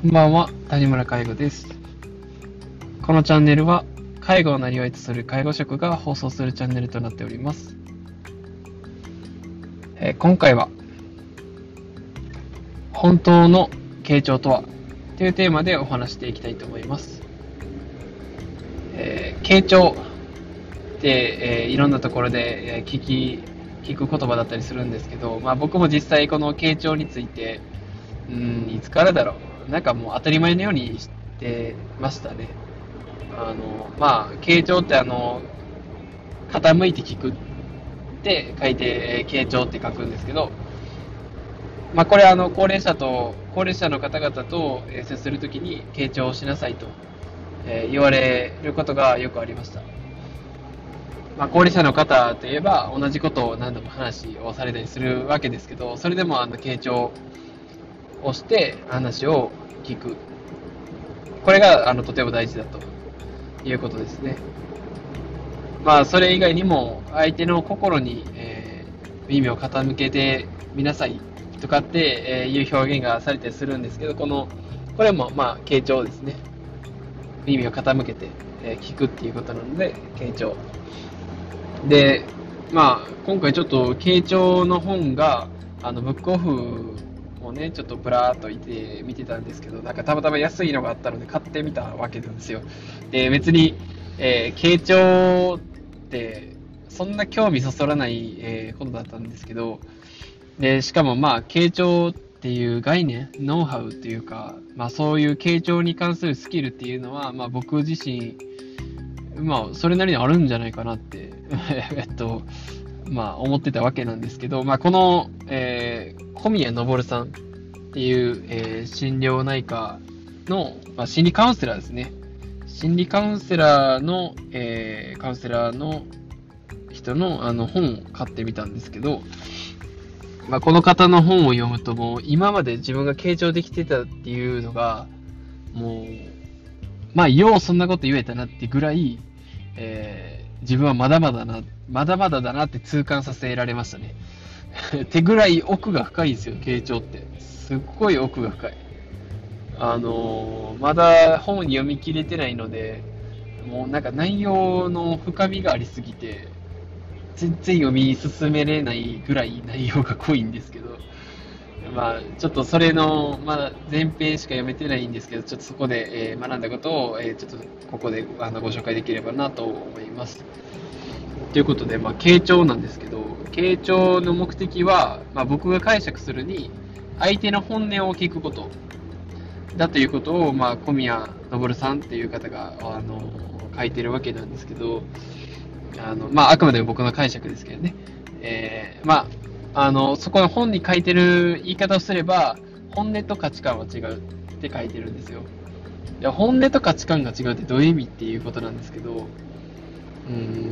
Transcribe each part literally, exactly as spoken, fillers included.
こんばんは、谷村介護です。このチャンネルは、介護をなりわいとする介護職が放送するチャンネルとなっております。えー今回は、本当の傾聴とはというテーマでお話していきたいと思います。えー傾聴って、えーいろんなところで、えー聞き、聞く言葉だったりするんですけど、まあ僕も実際この傾聴について、うん、いつからだろう。なんかもう当たり前のように知ってましたね。あの、まあ、傾聴ってあの、傾いて聞くって書いて、えー傾聴って書くんですけど、まあこれあの、高齢者と、高齢者の方々とえー接するときに傾聴をしなさいと、えー言われることがよくありました。まあ高齢者の方といえば同じことを何度も話をされたりするわけですけど、それでもあの、傾聴をして話を聞く。これがあのとても大事だということですね。まあ、それ以外にも、相手の心に、えー耳を傾けてみなさいとかって、えーいう表現がされたりするんですけど、この、これも、まあ、傾聴ですね。耳を傾けて、えー聞くっていうことなので、傾聴。で、まあ、今回ちょっと、傾聴の本が、あの、ブックオフをね、ちょっとブラーっといて見てたんですけど、なんかたまたま安いのがあったので買ってみたわけなんですよ。で、別に、えー、傾聴ってそんな興味そそらない、えーことだったんですけど、で、しかもまあ、傾聴っていう概念、ノウハウっていうか、まあそういう傾聴に関するスキルっていうのは、まあ僕自身、まあそれなりにあるんじゃないかなってえっと、まあ思ってたわけなんですけど、まあこの、えー小宮昇さんっていう、えー心療内科の、まあ、心理カウンセラーですね。心理カウンセラーの、えーカウンセラーの人のあの本を買ってみたんですけど、まあ、この方の本を読むともう今まで自分が傾聴できてたっていうのがもうまあようそんなこと言えたなってぐらい、えー自分はまだまだなまだまだだなって痛感させられましたね。ってぐらい奥が深いんですよ、傾聴って。すっごい奥が深い。あのーまだ本読み切れてないので、もうなんか内容の深みがありすぎて、全然読み進めれないぐらい内容が濃いんですけど、まあ、ちょっとそれの、まだ前編しか読めてないんですけど、ちょっとそこで、えー学んだことを、えーちょっとここであのご紹介できればなと思います。ということで、まあ、傾聴なんですけど、傾聴の目的は、まあ、僕が解釈するに、相手の本音を聞くことだということを、まあ、小宮昇さんっていう方が、あの、書いてるわけなんですけど、あの、まあ、あくまでも僕の解釈ですけどね。えー、まあ、あの、そこの本に書いてる言い方をすれば、本音と価値観は違うって書いてるんですよ。で本音と価値観が違うってどういう意味っていうことなんですけど、うん、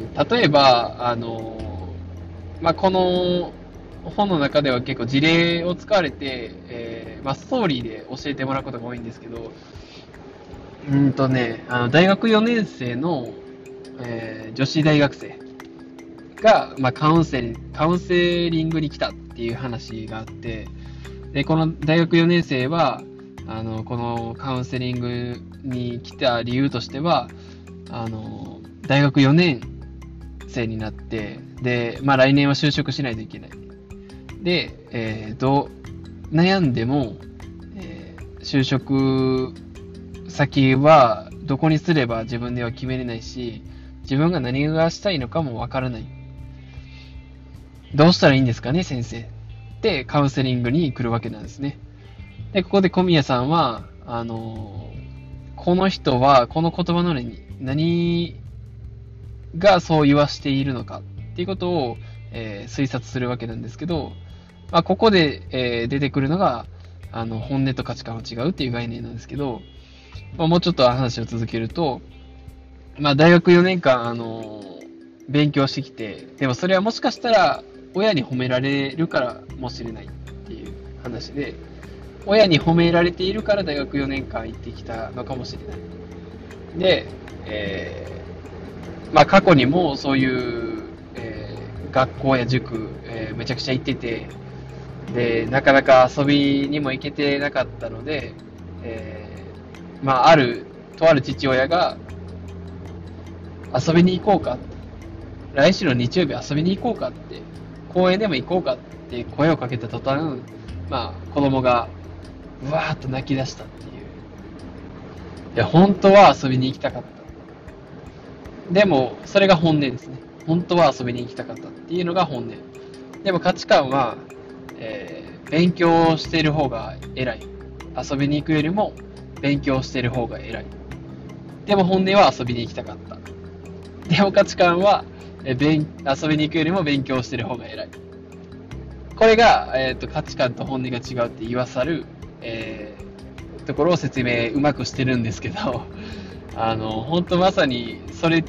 例えば、あの、まあ、この本の中では結構事例を使われて、えーまあ、ストーリーで教えてもらうことが多いんですけど、うんとね、あの大学よねん生の、えー女子大学生が、まあ、カウンセリカウンセリングに来たっていう話があって、で、この大学よねん生は、あの、このカウンセリングに来た理由としては、あの、大学よねん生になって、で、まあ来年は就職しないといけない。で、えー、どう、悩んでも、えー就職先はどこにすれば自分では決めれないし、自分が何がしたいのかもわからない。どうしたらいいんですかね、先生。で、カウンセリングに来るわけなんですね。で、ここで小宮さんは、あのこの人は、この言葉の何何がそう言わしているのかっていうことを、えー推察するわけなんですけど、まあ、ここで、えー出てくるのが、あの、本音と価値観は違うっていう概念なんですけど、まあ、もうちょっと話を続けると、まあ、大学よねんかん、あの勉強してきて、でもそれはもしかしたら、親に褒められるからもしれないっていう話で、親に褒められているから大学よねんかん行ってきたのかもしれない。で、えーまあ過去にもそういう、えー学校や塾、えーめちゃくちゃ行ってて、で、なかなか遊びにも行けてなかったので、えまあ、ある、とある父親が、遊びに行こうか、来週の日曜日遊びに行こうかって、公園でも行こうかって声をかけた途端、まあ、子供が、うわーっと泣き出したっていう。いや、本当は遊びに行きたかった。でも、それが本音ですね。本当は遊びに行きたかったっていうのが本音。でも価値観は、えー勉強している方が偉い。遊びに行くよりも勉強している方が偉い。でも本音は遊びに行きたかった。でも価値観は、えー勉遊びに行くよりも勉強している方が偉い。これが、えーと、価値観と本音が違うって言わさる、えーところを説明うまくしてるんですけど、あの、本当まさにそれって、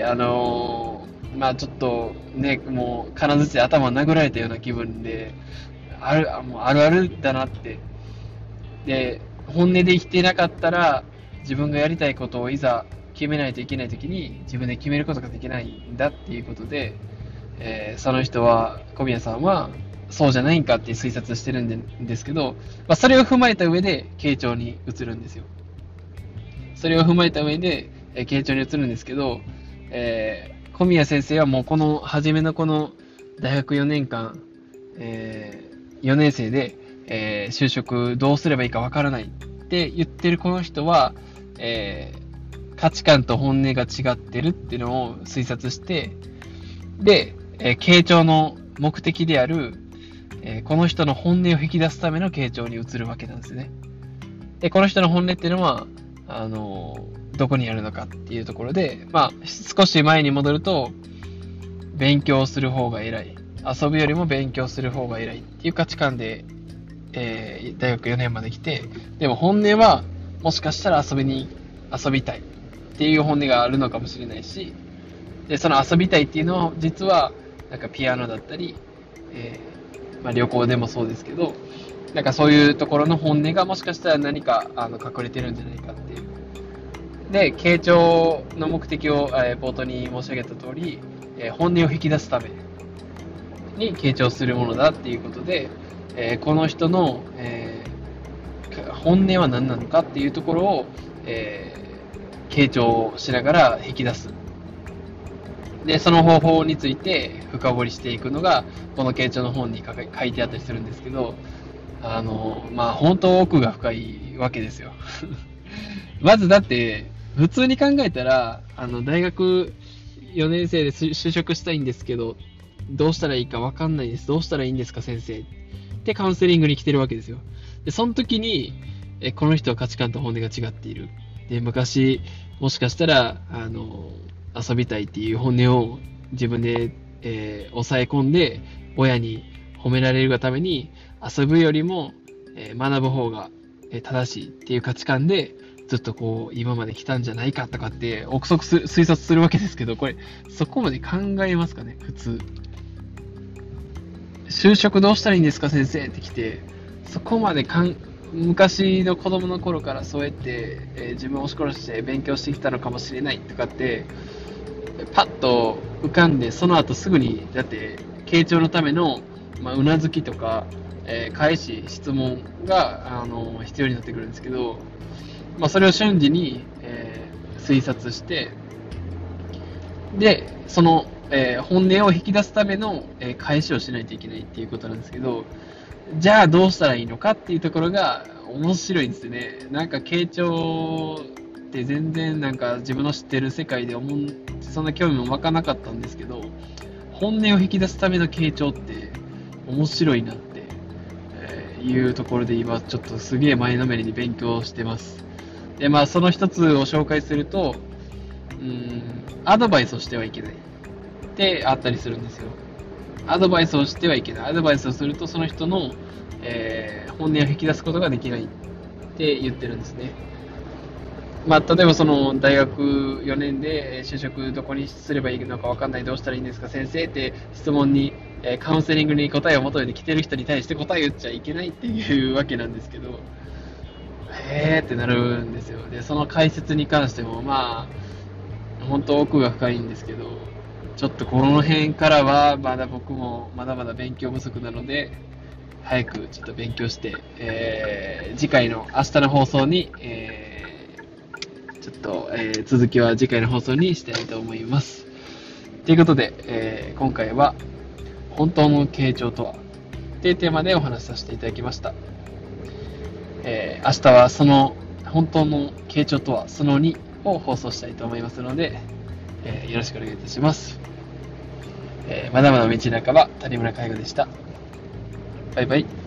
あのーまあちょっとね、もう金槌で頭を殴られたような気分で、ある、あもうあるあるだなって。で、本音で生きてなかったら、自分がやりたいことをいざ決めないといけないときに、自分で決めることができないんだっていうことで、えーその人は、小宮さんは、そうじゃないんかって推察してるんでんですけど、まあ、それを踏まえた上で、傾聴に移るんですよ。それを踏まえた上で、えー、傾聴に移るんですけど、えー小宮先生はもうこの初めのこの大学よねんかん、えーよねん生で、えー就職どうすればいいかわからないって言ってるこの人は、えー価値観と本音が違ってるっていうのを推察して、で、えー傾聴の目的である、えーこの人の本音を引き出すための傾聴に移るわけなんですね。で、この人の本音っていうのは、あのーどこにあるのかっていうところで、まあ、少し前に戻ると、勉強する方が偉い。遊ぶよりも勉強する方が偉いっていう価値観で、えー大学よねんまで来て、でも本音は、もしかしたら遊びに、遊びたいっていう本音があるのかもしれないし、で、その遊びたいっていうのは、実は、なんかピアノだったり、えーまあ、旅行でもそうですけど、なんかそういうところの本音がもしかしたら何かあの隠れてるんじゃないかっていう。で、傾聴の目的を、えー冒頭に申し上げた通り、えー本音を引き出すために傾聴するものだっていうことで、えーこの人の、えー本音は何なのかっていうところを、えー傾聴しながら引き出す。で、その方法について深掘りしていくのが、この傾聴の本に書か書いてあったりするんですけど、あの、まあ、本当奥が深いわけですよ。まずだって、普通に考えたら、あの、大学よねん生で就就職したいんですけど、どうしたらいいかわかんないです。どうしたらいいんですか、先生。ってカウンセリングに来てるわけですよ。で、その時に、え、この人は価値観と本音が違っている。で、昔、もしかしたら、あの、遊びたいっていう本音を自分で、えー抑え込んで、親に褒められるがために、遊ぶよりも、えー学ぶ方がえー正しいっていう価値観で、ずっとこう、今まで来たんじゃないかとかって、憶測する、推察するわけですけど、これ、そこまで考えますかね、普通。就職どうしたらいいんですか、先生って来て、そこまでかん、昔の子供の頃からそうやって、えー自分を押し殺して勉強してきたのかもしれないとかって、パッと浮かんで、その後すぐに、だって、傾聴のための、まあ、うなずきとか、えー返し、質問が、あの、必要になってくるんですけど、まあ、それを瞬時に、えー推察して、で、その、えー本音を引き出すための、えー返しをしないといけないっていうことなんですけど、じゃあどうしたらいいのかっていうところが面白いんですよね。なんか傾聴って全然なんか自分の知ってる世界で思うそんな興味も湧かなかったんですけど、本音を引き出すための傾聴って面白いなって、えーいうところで今ちょっとすげえ前のめりに勉強してます。で、まあその一つを紹介すると、うーん、アドバイスをしてはいけないってあったりするんですよ。アドバイスをしてはいけない。アドバイスをするとその人の、えー本音を引き出すことができないって言ってるんですね。まあ、例えばその大学よねんでえー就職どこにすればいいのか分かんない、どうしたらいいんですか先生って質問に、えーカウンセリングに答えを求めて来てる人に対して答え言っちゃいけないっていうわけなんですけど、へーってなるんですよ。で、その解説に関してもまあ本当奥が深いんですけど、ちょっとこの辺からはまだ僕もまだまだ勉強不足なので、 早くちょっと勉強して、えー、次回の明日の放送に、えー、ちょっと、えー、続きは次回の放送にしたいと思います。ということで、えー、今回は本当の傾聴とはというテーマでお話しさせていただきました。えー、明日はその本当の傾聴とはそのにを放送したいと思いますので、えー、よろしくお願いいたします。えー、まだまだ道半ば、谷村介護でした。バイバイ。